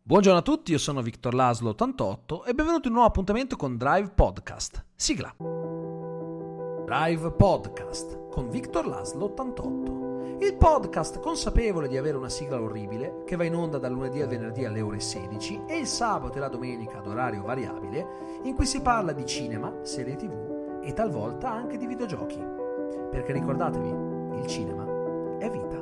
Buongiorno a tutti, io sono Victor Laszlo 88 e benvenuti in un nuovo appuntamento con Drive Podcast. Sigla. Drive Podcast con Victor Laszlo 88. Il podcast consapevole di avere una sigla orribile che va in onda dal lunedì al venerdì alle ore 16 e il sabato e la domenica ad orario variabile, in cui si parla di cinema, serie TV e talvolta anche di videogiochi. Perché ricordatevi, il cinema è vita.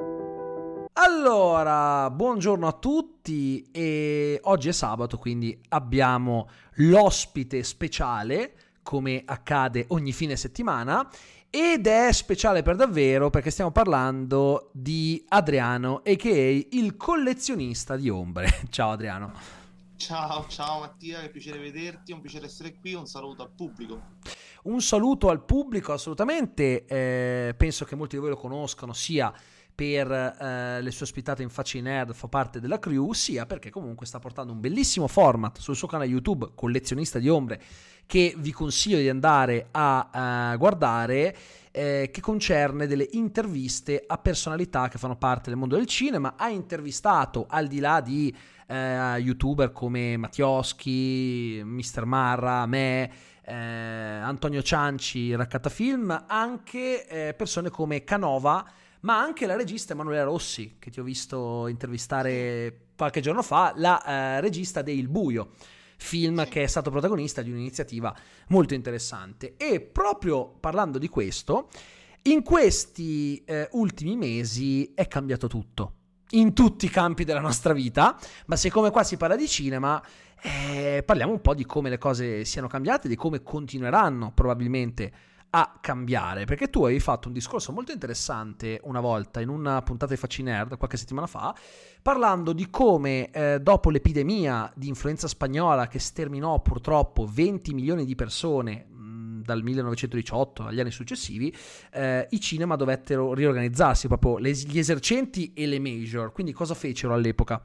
Allora, buongiorno a tutti e oggi è sabato, quindi abbiamo l'ospite speciale, come accade ogni fine settimana, ed è speciale per davvero perché stiamo parlando di Adriano, a.k.a. il collezionista di ombre. Ciao Adriano. Ciao Mattia, che piacere vederti, è un piacere essere qui, un saluto al pubblico. Un saluto al pubblico, assolutamente, penso che molti di voi lo conoscano, sia per le sue ospitate in Facci Nerd, fa parte della crew, sia perché comunque sta portando un bellissimo format sul suo canale YouTube, Collezionista di Ombre, che vi consiglio di andare a guardare, che concerne delle interviste a personalità che fanno parte del mondo del cinema. Ha intervistato, al di là di youtuber come Mattioschi, Mr. Marra, me, Antonio Cianci, Raccattafilm, anche persone come Canova, ma anche la regista Emanuela Rossi, che ti ho visto intervistare qualche giorno fa, la regista de Il Buio, film che è stato protagonista di un'iniziativa molto interessante. E proprio parlando di questo, in questi ultimi mesi è cambiato tutto, in tutti i campi della nostra vita, ma siccome qua si parla di cinema, parliamo un po' di come le cose siano cambiate, di come continueranno probabilmente a cambiare, perché tu avevi fatto un discorso molto interessante una volta in una puntata di Facci Nerd qualche settimana fa, parlando di come dopo l'epidemia di influenza spagnola che sterminò purtroppo 20 milioni di persone dal 1918 agli anni successivi, i cinema dovettero riorganizzarsi, proprio gli esercenti e le major. Quindi cosa fecero all'epoca?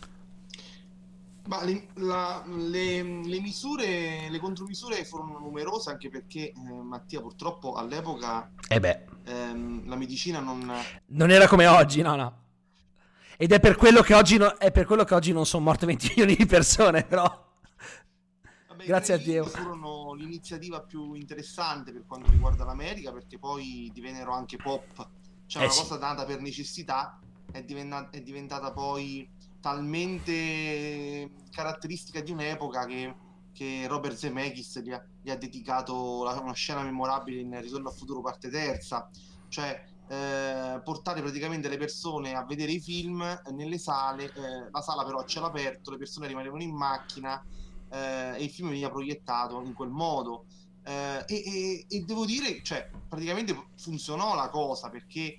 Ma le misure, le contromisure furono numerose, anche perché Mattia, purtroppo all'epoca la medicina non era come oggi, no. Ed è per quello che oggi è per quello che oggi non sono morte 20 milioni di persone, però. Vabbè, Grazie a Dio. Furono l'iniziativa più interessante per quanto riguarda l'America, perché poi divennero anche pop, cioè una cosa nata per necessità è diventata poi talmente caratteristica di un'epoca che Robert Zemeckis gli ha dedicato una scena memorabile in Ritorno al futuro parte terza, cioè portare praticamente le persone a vedere i film nelle sale, la sala però a cielo aperto, le persone rimanevano in macchina e il film veniva proiettato in quel modo, e devo dire, cioè, praticamente funzionò la cosa perché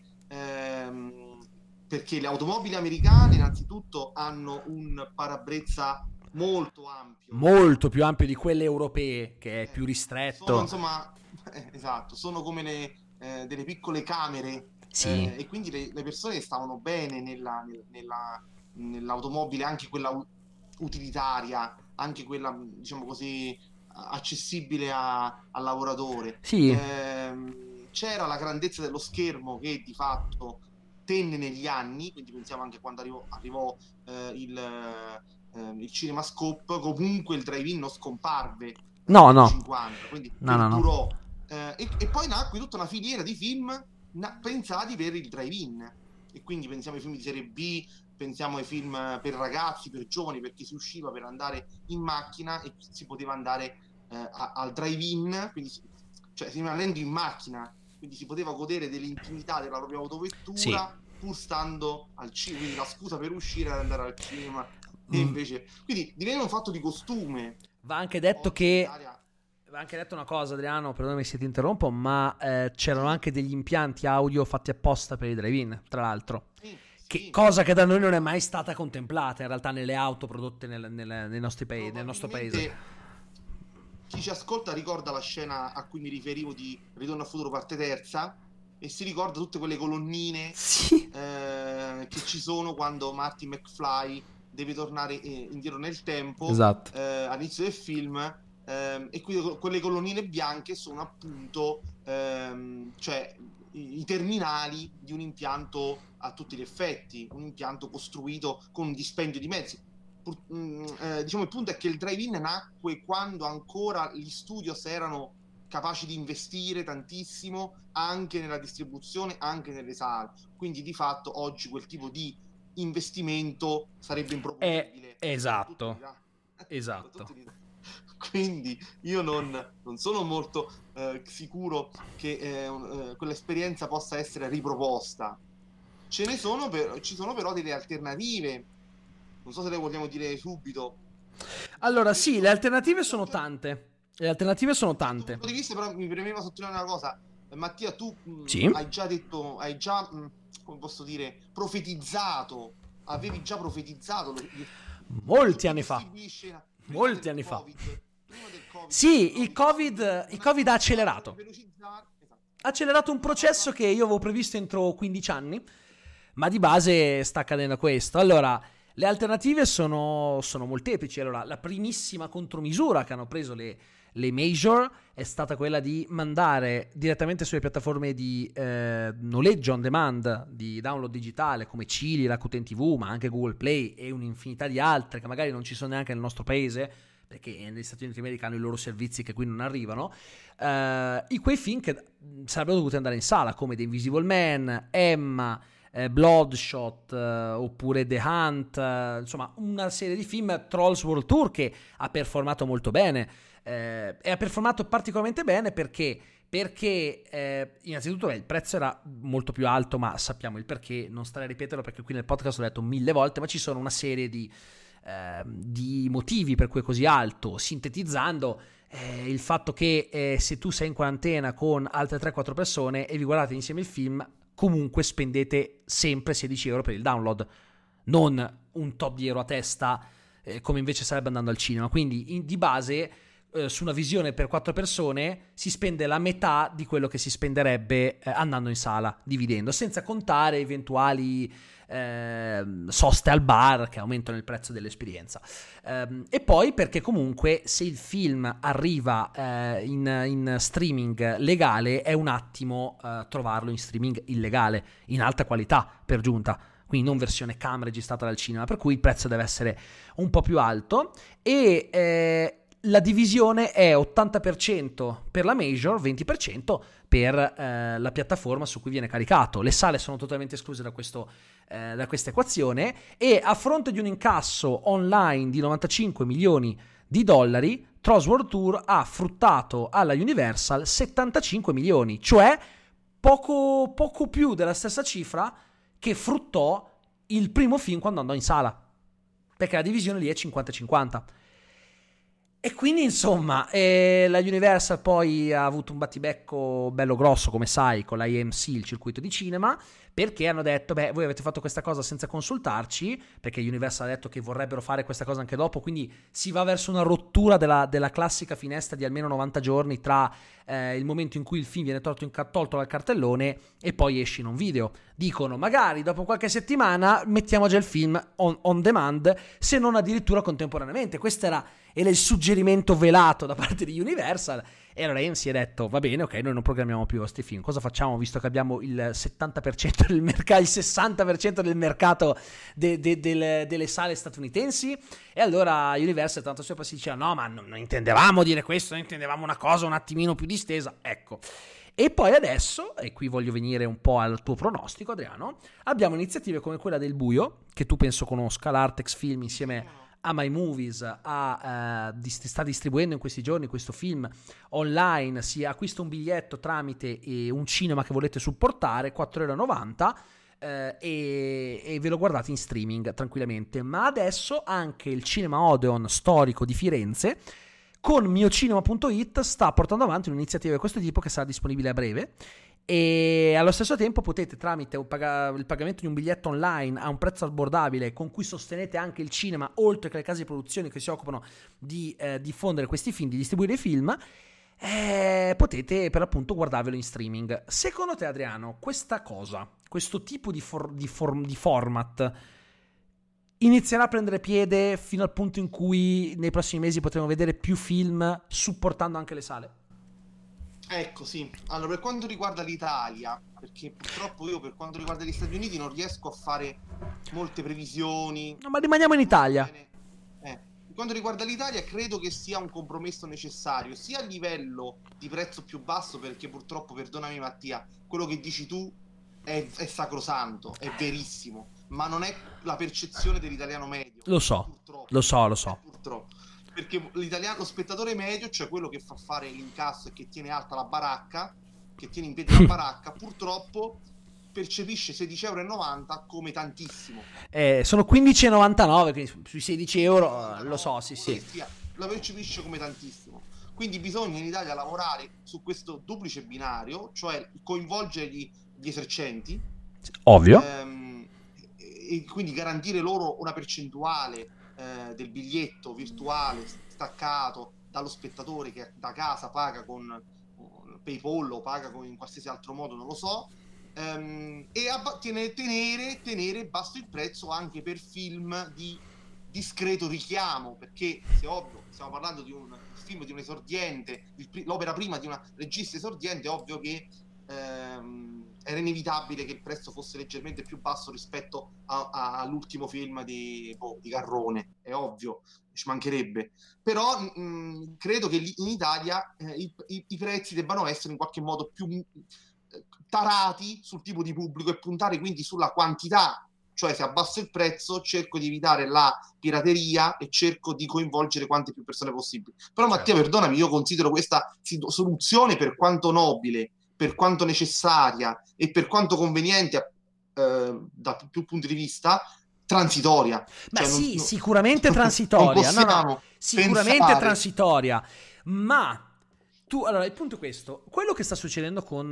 le automobili americane innanzitutto hanno un parabrezza molto ampio, molto più ampio di quelle europee, che è più ristretto. Sono, insomma, esatto, sono come delle piccole camere, sì. e quindi le persone stavano bene nell'automobile, anche quella utilitaria, anche quella, diciamo così, accessibile al lavoratore. Sì. C'era la grandezza dello schermo che di fatto tenne negli anni, quindi pensiamo anche quando arrivò il CinemaScope, comunque il drive-in non scomparve negli anni 50, quindi durò. E poi nacque tutta una filiera di film pensati per il drive-in, e quindi pensiamo ai film di serie B, pensiamo ai film per ragazzi, per giovani, perché si usciva per andare in macchina e si poteva andare al drive-in, quindi cioè si andando in macchina, quindi si poteva godere dell'intimità della propria autovettura, pur stando al cinema, quindi la scusa per uscire ad andare al cinema. E invece, quindi diventa un fatto di costume. Va anche detto una cosa, Adriano, perdonami se ti interrompo, ma c'erano anche degli impianti audio fatti apposta per i drive-in, tra l'altro. Cosa che da noi non è mai stata contemplata in realtà nelle auto prodotte nei nostri paesi, nel nostro paese. Chi ci ascolta ricorda la scena a cui mi riferivo di Ritorno al futuro parte terza e si ricorda tutte quelle colonnine che ci sono quando Marty McFly deve tornare indietro nel tempo, esatto, all'inizio del film, e quelle colonnine bianche sono appunto cioè i terminali di un impianto a tutti gli effetti, un impianto costruito con un dispendio di mezzi. diciamo il punto è che il drive-in nacque quando ancora gli studios erano capaci di investire tantissimo anche nella distribuzione, anche nelle sale, quindi di fatto oggi quel tipo di investimento sarebbe improponibile. Esatto. Quindi io non sono molto sicuro che quell'esperienza possa essere riproposta. Ci sono però delle alternative. Non so se le vogliamo dire subito. Allora, sì, le alternative sono tante. Dal punto di vista, però, mi premeva sottolineare una cosa. Mattia, tu sì? hai già detto, come posso dire, profetizzato. Avevi già profetizzato molti anni fa. Molti anni fa. Sì, il Covid ha accelerato. Ha accelerato un processo che io avevo previsto entro 15 anni, ma di base sta accadendo questo. Allora, le alternative sono molteplici. Allora, la primissima contromisura che hanno preso le major è stata quella di mandare direttamente sulle piattaforme di noleggio on demand, di download digitale come Cili, Rakuten TV, ma anche Google Play e un'infinità di altre che magari non ci sono neanche nel nostro paese, perché negli Stati Uniti d'America hanno i loro servizi che qui non arrivano, quei film che sarebbero dovuti andare in sala, come The Invisible Man, Emma, Bloodshot, oppure The Hunt, insomma una serie di film, Trolls World Tour, che ha performato molto bene, e ha performato particolarmente bene perché innanzitutto il prezzo era molto più alto, ma sappiamo il perché, non starei a ripeterlo perché qui nel podcast l'ho detto 1000 volte, ma ci sono una serie di motivi per cui è così alto, sintetizzando il fatto che se tu sei in quarantena con altre 3-4 persone e vi guardate insieme il film, comunque spendete sempre 16 euro per il download, non un tot di euro a testa come invece sarebbe andando al cinema. Quindi di base su una visione per 4 persone si spende la metà di quello che si spenderebbe andando in sala, dividendo, senza contare eventuali soste al bar che aumentano il prezzo dell'esperienza, e poi perché comunque se il film arriva in streaming legale è un attimo trovarlo in streaming illegale in alta qualità per giunta, quindi non versione cam registrata dal cinema, per cui il prezzo deve essere un po' più alto e la divisione è 80% per la major, 20% per la piattaforma su cui viene caricato. Le sale sono totalmente escluse da questa equazione e a fronte di un incasso online di 95 milioni di dollari, Trolls World Tour ha fruttato alla Universal 75 milioni, cioè poco più della stessa cifra che fruttò il primo film quando andò in sala, perché la divisione lì è 50-50. E quindi insomma la Universal poi ha avuto un battibecco bello grosso, come sai, con l'IMC, il circuito di cinema, perché hanno detto voi avete fatto questa cosa senza consultarci, perché Universal ha detto che vorrebbero fare questa cosa anche dopo, quindi si va verso una rottura della classica finestra di almeno 90 giorni tra il momento in cui il film viene tolto dal cartellone e poi esce in un video. Dicono magari dopo qualche settimana mettiamo già il film on demand, se non addirittura contemporaneamente. Questo era il suggerimento velato da parte di Universal, e allora AMC ha detto va bene, ok, noi non programmiamo più questi film, cosa facciamo visto che abbiamo il 70% del mercato, il 60% del mercato delle sale statunitensi? E allora Universal tanto sopra si diceva no, ma non intendevamo dire questo, noi intendevamo una cosa un attimino più distesa, ecco. E poi adesso, e qui voglio venire un po' al tuo pronostico, Adriano, abbiamo iniziative come quella del Buio, che tu penso conosca, l'Artex Film insieme a My Movies sta distribuendo in questi giorni questo film online. Si acquista un biglietto tramite un cinema che volete supportare, 4,90 €, e ve lo guardate in streaming tranquillamente. Ma adesso anche il Cinema Odeon storico di Firenze con miocinema.it sta portando avanti un'iniziativa di questo tipo che sarà disponibile a breve, e allo stesso tempo potete, tramite il pagamento di un biglietto online a un prezzo abbordabile con cui sostenete anche il cinema, oltre che le case di produzione che si occupano di diffondere questi film, di distribuire i film, potete per appunto guardarvelo in streaming. Secondo te, Adriano, questa cosa, questo tipo di format inizierà a prendere piede fino al punto in cui nei prossimi mesi potremo vedere più film supportando anche le sale? Ecco, sì. Allora, per quanto riguarda l'Italia, perché purtroppo io per quanto riguarda gli Stati Uniti non riesco a fare molte previsioni. No, ma rimaniamo in Italia. quanto riguarda l'Italia, credo che sia un compromesso necessario, sia a livello di prezzo più basso, perché purtroppo, perdonami Mattia, quello che dici tu è sacrosanto, è verissimo, ma non è la percezione dell'italiano medio. Lo so, purtroppo. lo so. Purtroppo. Perché lo spettatore medio, cioè quello che fa fare l'incasso e che tiene alta la baracca, che tiene in piedi la baracca, purtroppo percepisce 16,90 € come tantissimo. Sono 15,99, quindi sui 16 euro, lo so, sì. Lo percepisce come tantissimo. Quindi bisogna in Italia lavorare su questo duplice binario, cioè coinvolgere gli esercenti, ovvio, e quindi garantire loro una percentuale del biglietto virtuale staccato dallo spettatore che da casa paga con PayPal o paga in qualsiasi altro modo, non lo so, e tenere basso il prezzo anche per film di discreto richiamo, perché se ovvio stiamo parlando di un film di un esordiente, l'opera prima di una regista esordiente, è ovvio che era inevitabile che il prezzo fosse leggermente più basso rispetto all'ultimo film di Garrone, è ovvio, ci mancherebbe. Però credo che in Italia i prezzi debbano essere in qualche modo più tarati sul tipo di pubblico e puntare quindi sulla quantità, cioè se abbasso il prezzo cerco di evitare la pirateria e cerco di coinvolgere quante più persone possibili. Però Mattia, perdonami, io considero questa soluzione, per quanto nobile, per quanto necessaria e per quanto conveniente da più punti di vista, transitoria. Ma cioè, sicuramente transitoria. Sicuramente transitoria. Ma allora, il punto è questo: quello che sta succedendo con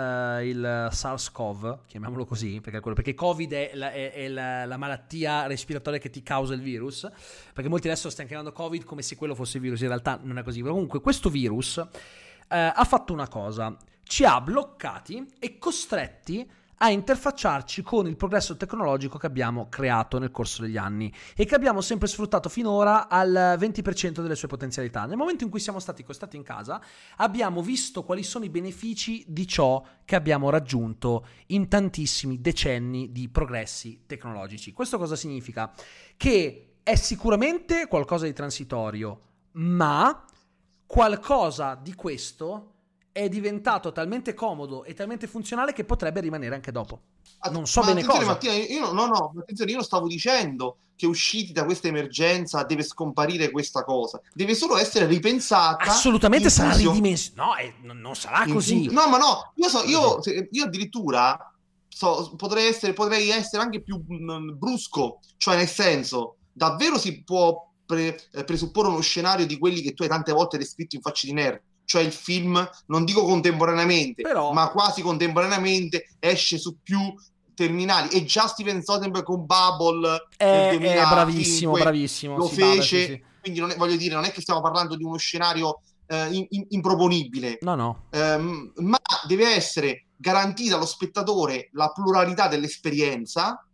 il SARS-CoV, chiamiamolo così, perché Covid è la malattia respiratoria che ti causa il virus, perché molti adesso stanno chiamando Covid come se quello fosse il virus, in realtà non è così. Però comunque questo virus ha fatto una cosa: ci ha bloccati e costretti a interfacciarci con il progresso tecnologico che abbiamo creato nel corso degli anni e che abbiamo sempre sfruttato finora al 20% delle sue potenzialità. Nel momento in cui siamo stati costretti in casa, abbiamo visto quali sono i benefici di ciò che abbiamo raggiunto in tantissimi decenni di progressi tecnologici. Questo cosa significa? Che è sicuramente qualcosa di transitorio, ma qualcosa di questo è diventato talmente comodo e talmente funzionale che potrebbe rimanere anche dopo. Non so bene cosa. Mattia, attenzione, io non stavo dicendo che usciti da questa emergenza deve scomparire questa cosa, deve solo essere ripensata. Assolutamente sarà ridimensionata. No, non sarà così. No, ma no, io addirittura potrei essere anche più brusco, cioè nel senso, davvero si può presupporre uno scenario di quelli che tu hai tante volte descritto in Facce di Nerd. Cioè il film, non dico contemporaneamente, ma quasi contemporaneamente esce su più terminali, e già Steven Soderbergh con Bubble nel 2005 bravissimo lo fece, sì. Quindi non è che stiamo parlando di uno scenario improponibile, no. Ma deve essere garantita allo spettatore la pluralità dell'esperienza,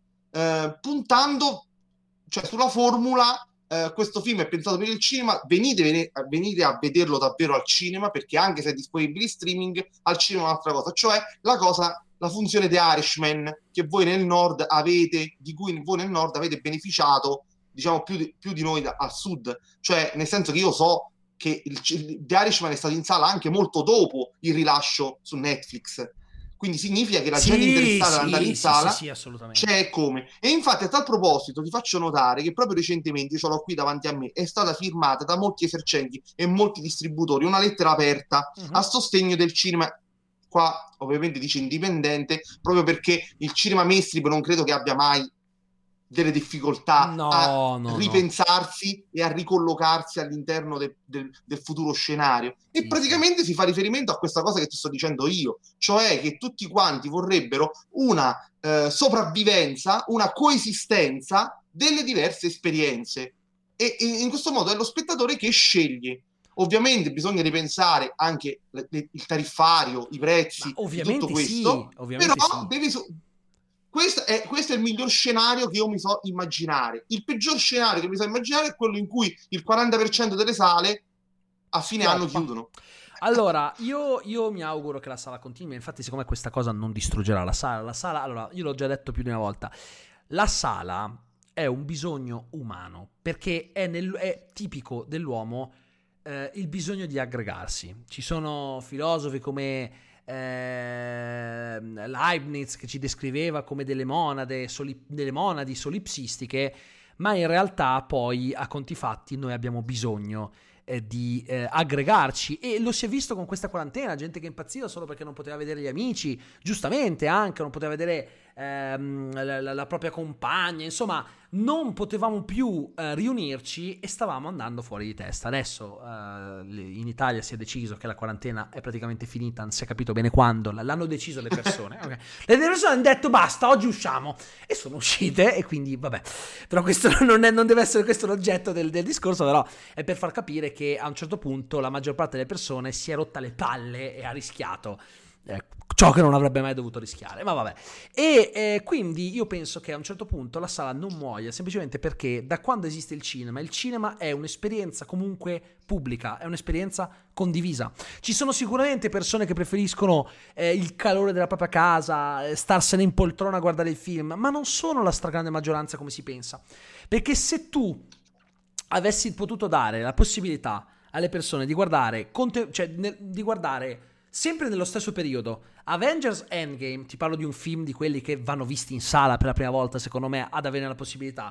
puntando cioè sulla formula. Questo film è pensato per il cinema, venite a vederlo davvero al cinema, perché anche se è disponibile in streaming, al cinema è un'altra cosa, cioè la funzione di Irishman che voi nel nord avete, di cui voi nel nord avete beneficiato, diciamo più di noi al sud, cioè nel senso che io so che The Irishman è stato in sala anche molto dopo il rilascio su Netflix, quindi significa che la gente interessata ad andare in sala c'è come. E infatti a tal proposito ti faccio notare che proprio recentemente, io ce l'ho qui davanti a me, è stata firmata da molti esercenti e molti distributori una lettera aperta a sostegno del cinema, qua ovviamente dice indipendente, proprio perché il cinema mainstream non credo che abbia mai delle difficoltà a ripensarsi e a ricollocarsi all'interno del futuro scenario. E praticamente si fa riferimento a questa cosa che ti sto dicendo io, cioè che tutti quanti vorrebbero una sopravvivenza, una coesistenza delle diverse esperienze, e in questo modo è lo spettatore che sceglie. Ovviamente bisogna ripensare anche il tariffario, i prezzi, tutto questo, però devi questo è il miglior scenario che io mi so immaginare. Il peggior scenario che mi so immaginare è quello in cui il 40% delle sale a fine anno chiudono. Allora, io mi auguro che la sala continui. Infatti, siccome questa cosa non distruggerà la sala, allora, io l'ho già detto più di una volta, la sala è un bisogno umano, perché è tipico dell'uomo il bisogno di aggregarsi. Ci sono filosofi come Leibniz che ci descriveva come delle monadi solipsistiche, ma in realtà poi a conti fatti noi abbiamo bisogno di aggregarci, e lo si è visto con questa quarantena, gente che impazziva solo perché non poteva vedere gli amici, giustamente anche non poteva vedere la propria compagna, insomma non potevamo più riunirci e stavamo andando fuori di testa. Adesso in Italia si è deciso che la quarantena è praticamente finita, non si è capito bene quando, l'hanno deciso le persone. Okay. Le persone hanno detto basta, oggi usciamo, e sono uscite, e quindi vabbè, però questo non deve essere questo l'oggetto del discorso, però è per far capire che a un certo punto la maggior parte delle persone si è rotta le palle e ha rischiato ciò che non avrebbe mai dovuto rischiare, ma vabbè. E quindi io penso che a un certo punto la sala non muoia, semplicemente perché da quando esiste il cinema è un'esperienza comunque pubblica, è un'esperienza condivisa. Ci sono sicuramente persone che preferiscono il calore della propria casa, starsene in poltrona a guardare il film, ma non sono la stragrande maggioranza come si pensa, perché se tu avessi potuto dare la possibilità alle persone di guardare di guardare sempre nello stesso periodo Avengers Endgame, ti parlo di un film di quelli che vanno visti in sala per la prima volta, secondo me, ad avere la possibilità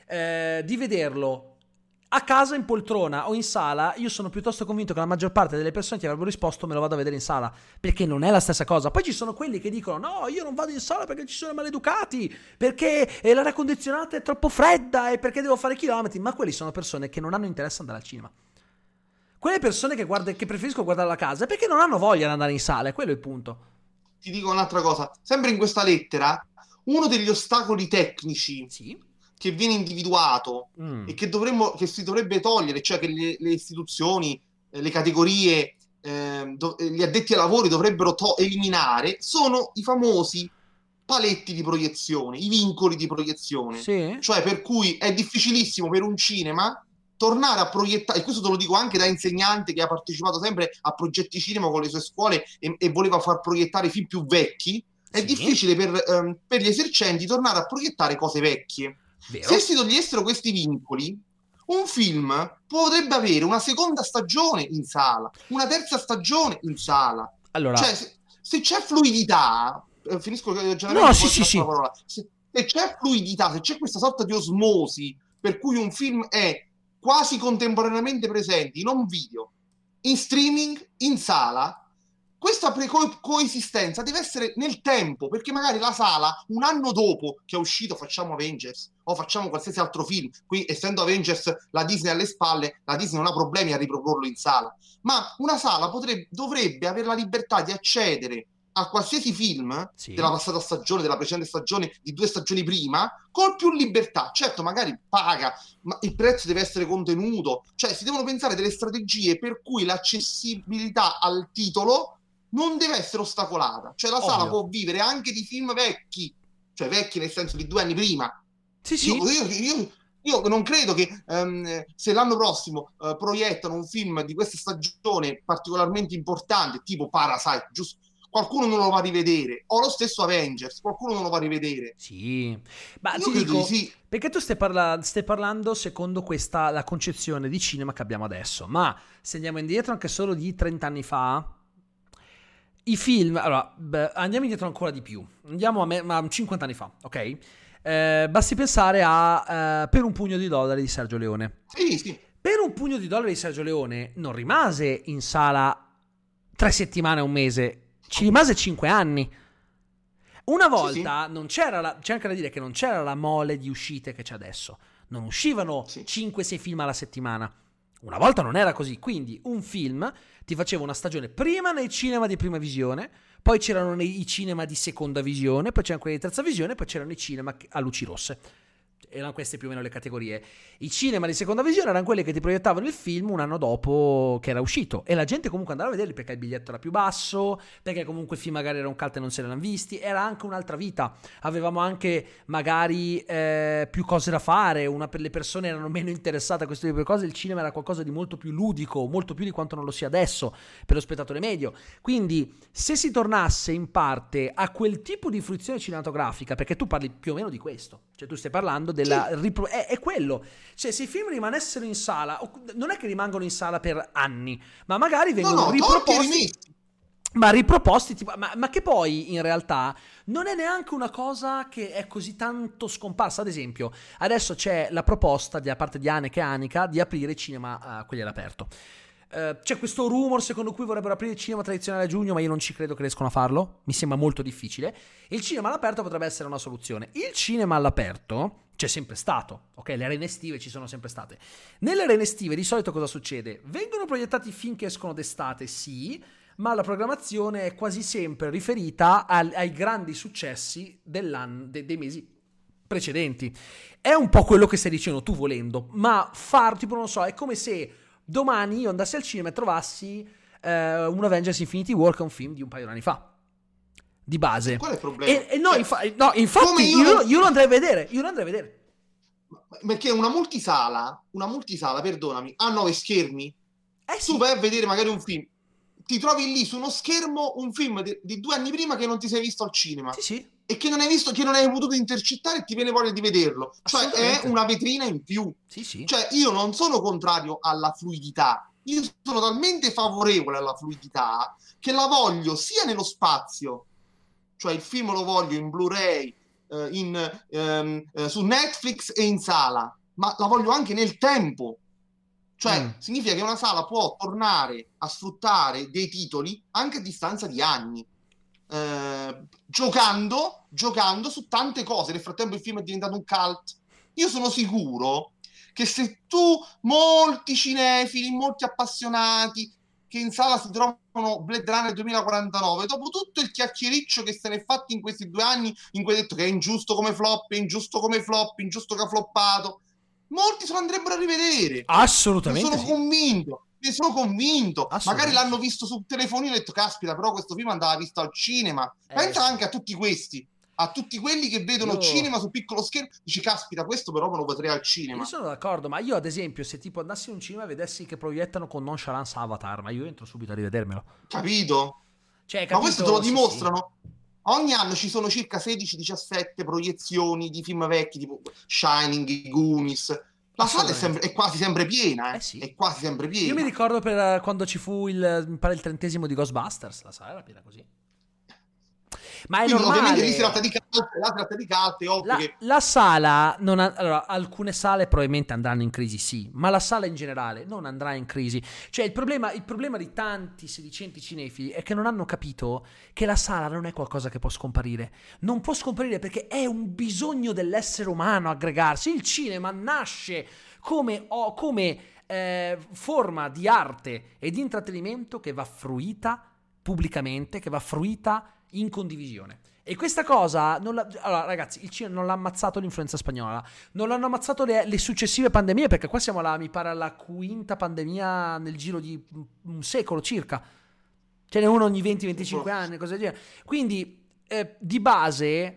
di vederlo a casa in poltrona o in sala, io sono piuttosto convinto che la maggior parte delle persone ti avrebbero risposto me lo vado a vedere in sala, perché non è la stessa cosa. Poi ci sono quelli che dicono no, io non vado in sala perché ci sono maleducati, perché l'aria condizionata è troppo fredda e perché devo fare chilometri, ma quelli sono persone che non hanno interesse ad andare al cinema. Quelle persone che preferiscono guardare la casa è perché non hanno voglia di andare in sala, quello è il punto. Ti dico un'altra cosa, sempre in questa lettera, uno degli ostacoli tecnici che viene individuato e che si dovrebbe togliere, cioè che le istituzioni, le categorie, gli addetti ai lavori dovrebbero eliminare, sono i famosi paletti di proiezione, i vincoli di proiezione. Sì. Cioè per cui è difficilissimo per un cinema tornare a proiettare, e questo te lo dico anche da insegnante che ha partecipato sempre a progetti cinema con le sue scuole e voleva far proiettare film più vecchi, è difficile per gli esercenti tornare a proiettare cose vecchie. Vero. Se si togliessero questi vincoli, un film potrebbe avere una seconda stagione in sala, una terza stagione in sala. Allora, cioè se c'è fluidità, finisco sì. parola. Se c'è fluidità, se c'è questa sorta di osmosi per cui un film è quasi contemporaneamente presente in home video, in streaming, in sala, questa coesistenza deve essere nel tempo, perché magari la sala un anno dopo che è uscito facciamo Avengers o facciamo qualsiasi altro film, qui essendo Avengers la Disney alle spalle, la Disney non ha problemi a riproporlo in sala, ma una sala dovrebbe avere la libertà di accedere a qualsiasi film della passata stagione, della precedente stagione, di 2 stagioni prima, con più libertà. Certo, magari paga, ma il prezzo deve essere contenuto, cioè si devono pensare delle strategie per cui l'accessibilità al titolo non deve essere ostacolata, cioè la sala può vivere anche di film vecchi, cioè vecchi nel senso di 2 anni prima. Io non credo che se l'anno prossimo proiettano un film di questa stagione particolarmente importante, tipo Parasite, giusto, qualcuno non lo va a rivedere, o lo stesso Avengers, qualcuno non lo va a rivedere. Sì, ma ti dico, perché tu stai parlando secondo questa la concezione di cinema che abbiamo adesso, ma se andiamo indietro anche solo di 30 anni fa, i film, allora andiamo indietro ancora di più, andiamo a 50 anni fa, ok? Basti pensare a Per un pugno di dollari di Sergio Leone. Sì. Per un pugno di dollari di Sergio Leone non rimase in sala 3 settimane o un mese, ci rimase 5 anni. Una volta non c'era c'è anche da dire che non c'era la mole di uscite che c'è adesso. Non uscivano 5-6 film alla settimana. Una volta non era così, quindi un film ti faceva una stagione prima nei cinema di prima visione, poi c'erano i cinema di seconda visione, poi c'erano quelli di terza visione, poi c'erano i cinema a luci rosse. Erano queste più o meno le categorie. I cinema di seconda visione erano quelli che ti proiettavano il film un anno dopo che era uscito, e la gente comunque andava a vederli perché il biglietto era più basso, perché comunque il film magari era un cult e non se l'erano visti, era anche un'altra vita, avevamo anche magari più cose da fare, per le persone erano meno interessate a questo tipo di cose, il cinema era qualcosa di molto più ludico, molto più di quanto non lo sia adesso per lo spettatore medio. Quindi se si tornasse in parte a quel tipo di fruizione cinematografica, perché tu parli più o meno di questo, cioè tu stai parlando della è quello. Cioè, se i film rimanessero in sala, non è che rimangono in sala per anni, ma magari vengono riproposti. Ma riproposti, tipo, ma che poi in realtà non è neanche una cosa che è così tanto scomparsa. Ad esempio, adesso c'è la proposta da parte di Haneke e Hanika di aprire i cinema quelli all'aperto. C'è questo rumor secondo cui vorrebbero aprire il cinema tradizionale a giugno, ma io non ci credo che riescano a farlo. Mi sembra molto difficile. Il cinema all'aperto potrebbe essere una soluzione. Il cinema all'aperto c'è sempre stato, ok? Le arene estive ci sono sempre state. Nelle arene estive di solito cosa succede? Vengono proiettati film che escono d'estate, sì, ma la programmazione è quasi sempre riferita ai grandi successi dell'anno, dei mesi precedenti. È un po' quello che stai dicendo tu volendo, ma tipo non so, è come se domani io andassi al cinema e trovassi un Avengers Infinity War, che è un film di un paio di anni fa, di base. Qual è il problema? Infatti io lo andrei a vedere, perché una multisala, perdonami, ha 9 schermi. Sì. Tu vai a vedere magari un film, ti trovi lì su uno schermo un film di 2 anni prima che non ti sei visto al cinema. Sì. E che non hai visto, che non hai potuto intercettare e ti viene voglia di vederlo. Cioè è una vetrina in più. Sì. Cioè io non sono contrario alla fluidità. Io sono talmente favorevole alla fluidità che la voglio sia nello spazio. Cioè il film lo voglio in Blu-ray, su Netflix e in sala. Ma la voglio anche nel tempo. Cioè significa che una sala può tornare a sfruttare dei titoli anche a distanza di anni. Giocando su tante cose. Nel frattempo il film è diventato un cult. Io sono sicuro che se tu, molti cinefili, molti appassionati che in sala si trovano Blade Runner 2049, dopo tutto il chiacchiericcio che se ne è fatto in questi 2 anni, in cui ha detto che è ingiusto come flop, ingiusto che ha floppato, molti se lo andrebbero a rivedere. Assolutamente. Ne sono convinto. Magari l'hanno visto sul telefonino e ho detto caspita, però questo film andava visto al cinema. Pensa anche a tutti questi, a tutti quelli che vedono cinema su piccolo schermo, dici caspita, questo però me lo potrei al cinema. Io sono d'accordo, ma io ad esempio se tipo andassi in un cinema e vedessi che proiettano con nonchalance Avatar, ma io entro subito a rivedermelo. Capito? Ma questo te lo dimostrano. Sì. Ogni anno ci sono circa 16-17 proiezioni di film vecchi tipo Shining, Goonies. La sala è quasi sempre piena, sì. È quasi sempre piena. Io mi ricordo per quando ci fu il 30° di Ghostbusters, la sala era piena così. Ma è quindi, normale. Ovviamente lì si tratta di calte, ovvio che... La sala non ha, allora, alcune sale probabilmente andranno in crisi, sì, ma la sala in generale non andrà in crisi. Cioè il problema di tanti sedicenti cinefili è che non hanno capito che la sala non è qualcosa che può scomparire. Non può scomparire perché è un bisogno dell'essere umano aggregarsi. Il cinema nasce come forma di arte e di intrattenimento che va fruita pubblicamente, che va fruita in condivisione. E questa cosa allora ragazzi, il cinema non l'ha ammazzato l'influenza spagnola, non l'hanno ammazzato le successive pandemie, perché qua siamo mi pare alla 5ª pandemia nel giro di un secolo circa, ce n'è uno ogni 20-25 anni, cose del genere. Quindi di base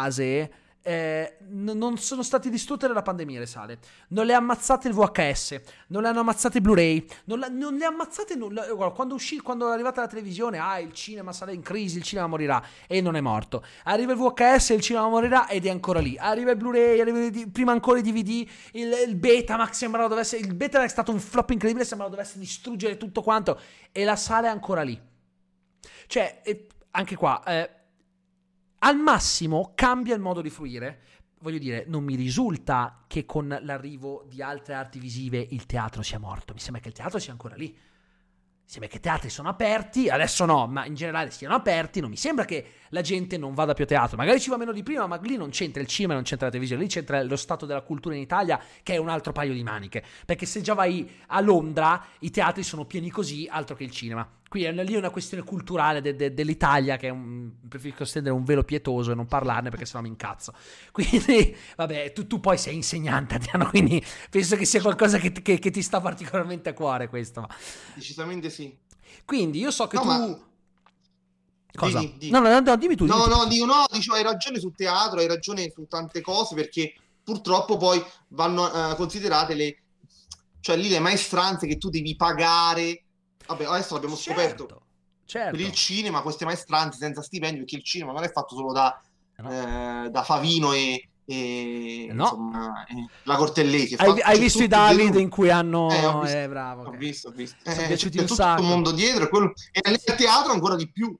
non sono stati distrutte dalla pandemia le sale, non le ha ammazzate il VHS, non le hanno ammazzate i Blu-ray, non le ha ammazzate nulla. Quando è arrivata la televisione, il cinema sarà in crisi, il cinema morirà, e non è morto. Arriva il VHS, il cinema morirà, ed è ancora lì. Arriva il Blu-ray, prima ancora i DVD, il Betamax il Betamax è stato un flop incredibile, sembrava dovesse distruggere tutto quanto, e la sala è ancora lì. Cioè anche qua al massimo cambia il modo di fruire. Voglio dire, non mi risulta che con l'arrivo di altre arti visive il teatro sia morto. Mi sembra che il teatro sia ancora lì. Mi sembra che i teatri sono aperti, adesso no, ma in generale siano aperti. Non mi sembra che la gente non vada più a teatro. Magari ci va meno di prima, ma lì non c'entra il cinema, non c'entra la televisione. Lì c'entra lo stato della cultura in Italia, che è un altro paio di maniche. Perché se già vai a Londra, i teatri sono pieni così, altro che il cinema. Qui lì è una questione culturale dell'Italia, che preferisco stendere un velo pietoso e non parlarne perché sennò mi incazzo. Quindi, vabbè, tu poi sei insegnante, Adriano, quindi penso che sia qualcosa che ti sta particolarmente a cuore questo. Decisamente sì. Quindi io so che tu... Ma... Cosa? Dimmi. No, dimmi tu. Dico, hai ragione sul teatro, hai ragione su tante cose, perché purtroppo poi vanno considerate cioè lì le maestranze che tu devi pagare. Vabbè, adesso l'abbiamo scoperto. Certo. Per il cinema, queste maestranze senza stipendio, perché il cinema non è fatto solo da Favino e e no. insomma la Cortellesi hai visto i David in cui hanno bravo, ho visto. Sono piaciuti un tutto sacco. il mondo dietro e nel teatro ancora di più,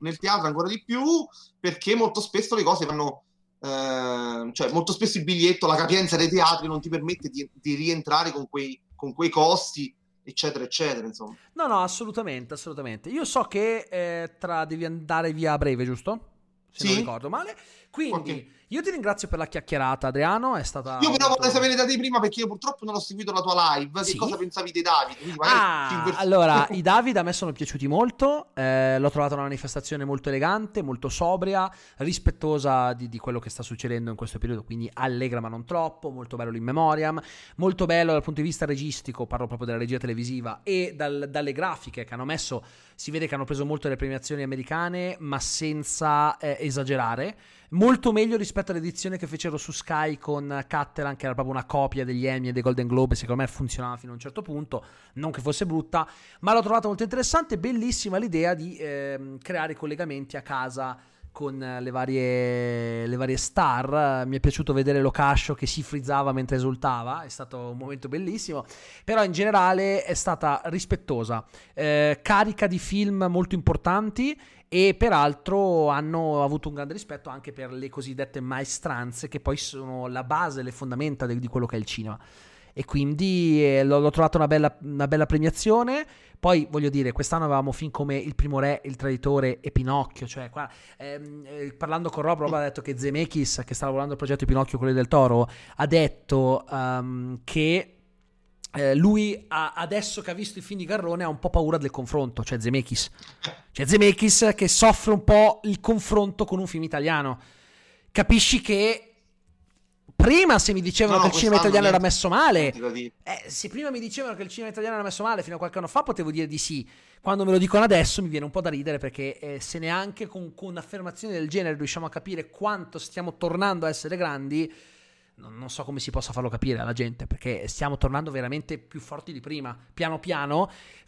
perché molto spesso le cose vanno cioè molto spesso il biglietto, la capienza dei teatri non ti permette di rientrare con quei costi, eccetera eccetera, insomma. No, assolutamente. Io so che devi andare via a breve, giusto? Se non ricordo male. Quindi io ti ringrazio per la chiacchierata, Adriano, è stata io però vorrei sapere da te prima, perché io purtroppo non ho seguito la tua live, che cosa pensavi dei David? Allora, i David a me sono piaciuti molto, l'ho trovata una manifestazione molto elegante, molto sobria, rispettosa di quello che sta succedendo in questo periodo, quindi allegra ma non troppo, molto bello l'in memoriam, molto bello dal punto di vista registico, parlo proprio della regia televisiva, e dalle grafiche che hanno messo. Si vede che hanno preso molto le premiazioni americane, ma senza esagerare. Molto meglio rispetto all'edizione che fecero su Sky con Catalan, che era proprio una copia degli Emmy e dei Golden Globe. Secondo me funzionava fino a un certo punto, non che fosse brutta, ma l'ho trovata molto interessante. Bellissima l'idea di creare collegamenti a casa con le varie star. Mi è piaciuto vedere Locascio che si frizzava mentre esultava, è stato un momento bellissimo. Però in generale è stata rispettosa, carica di film molto importanti, e peraltro hanno avuto un grande rispetto anche per le cosiddette maestranze, che poi sono la base, le fondamenta di quello che è il cinema. E quindi l'ho trovato una bella premiazione. Poi voglio dire, quest'anno avevamo film come Il Primo Re, Il Traditore e Pinocchio, cioè qua, parlando con Rob ha detto che Zemeckis, che sta lavorando al progetto Pinocchio, quello del Toro, ha detto che lui adesso che ha visto i film di Garrone ha un po' paura del confronto, cioè Zemeckis che soffre un po' il confronto con un film italiano. Capisci che prima, se mi dicevano che il cinema italiano era messo male, se prima mi dicevano che il cinema italiano era messo male fino a qualche anno fa, potevo dire di sì. Quando me lo dicono adesso mi viene un po' da ridere, perché se neanche con affermazioni del genere riusciamo a capire quanto stiamo tornando a essere grandi, non so come si possa farlo capire alla gente, perché stiamo tornando veramente più forti di prima, piano piano.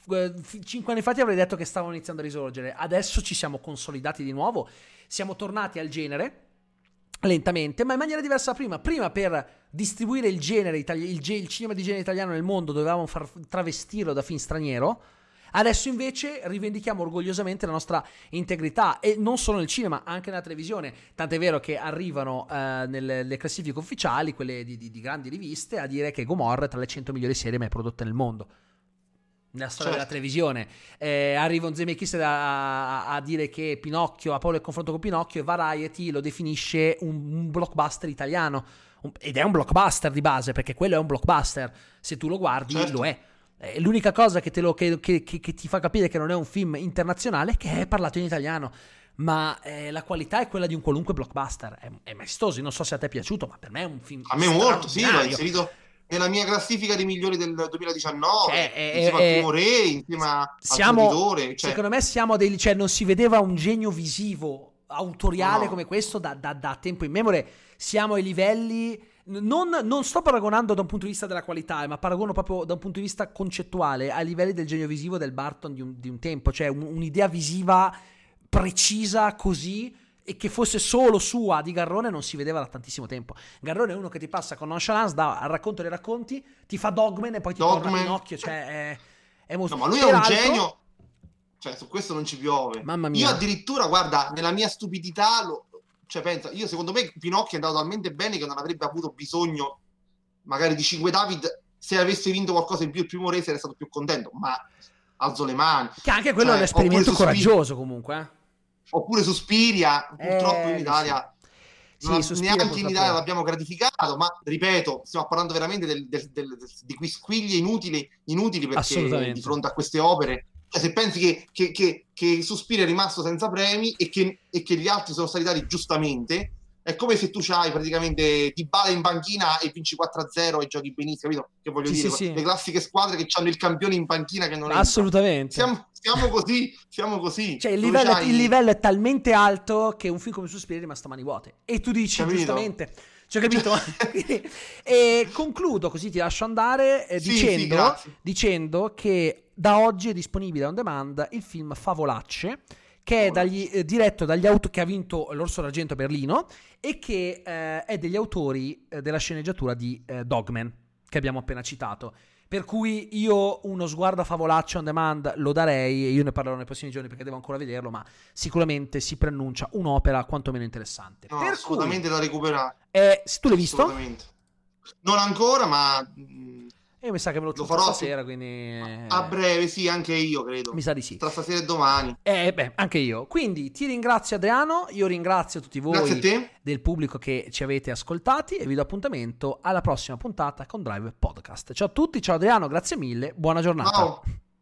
5 anni fa ti avrei detto che stavano iniziando a risorgere, adesso ci siamo consolidati di nuovo, siamo tornati al genere lentamente, ma in maniera diversa da prima per distribuire il genere il cinema di genere italiano nel mondo dovevamo far travestirlo da film straniero. Adesso invece rivendichiamo orgogliosamente la nostra integrità, e non solo nel cinema, anche nella televisione. Tant'è vero che arrivano nelle classifiche ufficiali, quelle di grandi riviste, a dire che Gomorra è tra le 100 migliori serie mai prodotte nel mondo, nella storia della televisione. Arriva un Zemeckis a dire che Pinocchio ha poi il confronto con Pinocchio, e Variety lo definisce un blockbuster italiano, ed è un blockbuster di base, perché quello è un blockbuster, se tu lo guardi lo è. L'unica cosa che ti fa capire che non è un film internazionale è che è parlato in italiano, ma la qualità è quella di un qualunque blockbuster. È maestoso. Non so se a te è piaciuto, ma per me è un film a me molto, sì, l'ho inserito nella mia classifica dei migliori del 2019, insieme al Primo Re, insieme al Traditore. Secondo me siamo non si vedeva un genio visivo autoriale come questo da tempo immemore. Siamo ai livelli. Non sto paragonando da un punto di vista della qualità, ma paragono proprio da un punto di vista concettuale ai livelli del genio visivo del Burton di un tempo, cioè un'idea visiva precisa così, e che fosse solo sua, di Garrone non si vedeva da tantissimo tempo. Garrone è uno che ti passa con nonchalance al racconto dei racconti, ti fa Dogman e poi ti torna Pinocchio, cioè è molto... No, ma lui è un genio, cioè su questo non ci piove. Mamma mia. Io addirittura, guarda, nella mia stupidità pensa, io secondo me Pinocchio è andato talmente bene che non avrebbe avuto bisogno magari di 5 David. Se avesse vinto qualcosa in più il Primo Re sarei stato più contento, ma alzo le mani, che anche quello è un esperimento coraggioso comunque, Oppure Suspiria, purtroppo in Italia neanche in Italia l'abbiamo gratificato, ma ripeto, stiamo parlando veramente di quisquiglie inutili perché di fronte a queste opere, se pensi che Suspiria è rimasto senza premi e che gli altri sono stati dati giustamente, è come se tu c'hai praticamente Dybala in banchina e vinci 4-0 e giochi benissimo, capito? Che voglio dire, le classiche squadre che hanno il campione in panchina che non è assolutamente. Siamo così. Cioè il livello è talmente alto che un film come Suspiria è rimasto a mani vuote. E tu dici, capito? Giustamente, cioè, capito? E concludo, così ti lascio andare, dicendo che da oggi è disponibile on demand il film Favolacce, che è diretto dagli autori che ha vinto l'Orso d'Argento a Berlino e che è degli autori della sceneggiatura di Dogman, che abbiamo appena citato. Per cui io uno sguardo a Favolaccio on demand lo darei, e io ne parlerò nei prossimi giorni perché devo ancora vederlo, ma sicuramente si preannuncia un'opera quantomeno interessante. No, per assolutamente da recuperare. Se tu l'hai visto? Assolutamente. Non ancora, ma Io mi sa che me lo farò stasera, quindi a breve, sì, anche io credo. mi sa di sì. Tra stasera e domani. Anche io. Quindi ti ringrazio Adriano, io ringrazio tutti voi Grazie a te. del pubblico che ci avete ascoltati e vi do appuntamento alla prossima puntata con Drive Podcast. Ciao a tutti, ciao Adriano, grazie mille, buona giornata. Ciao.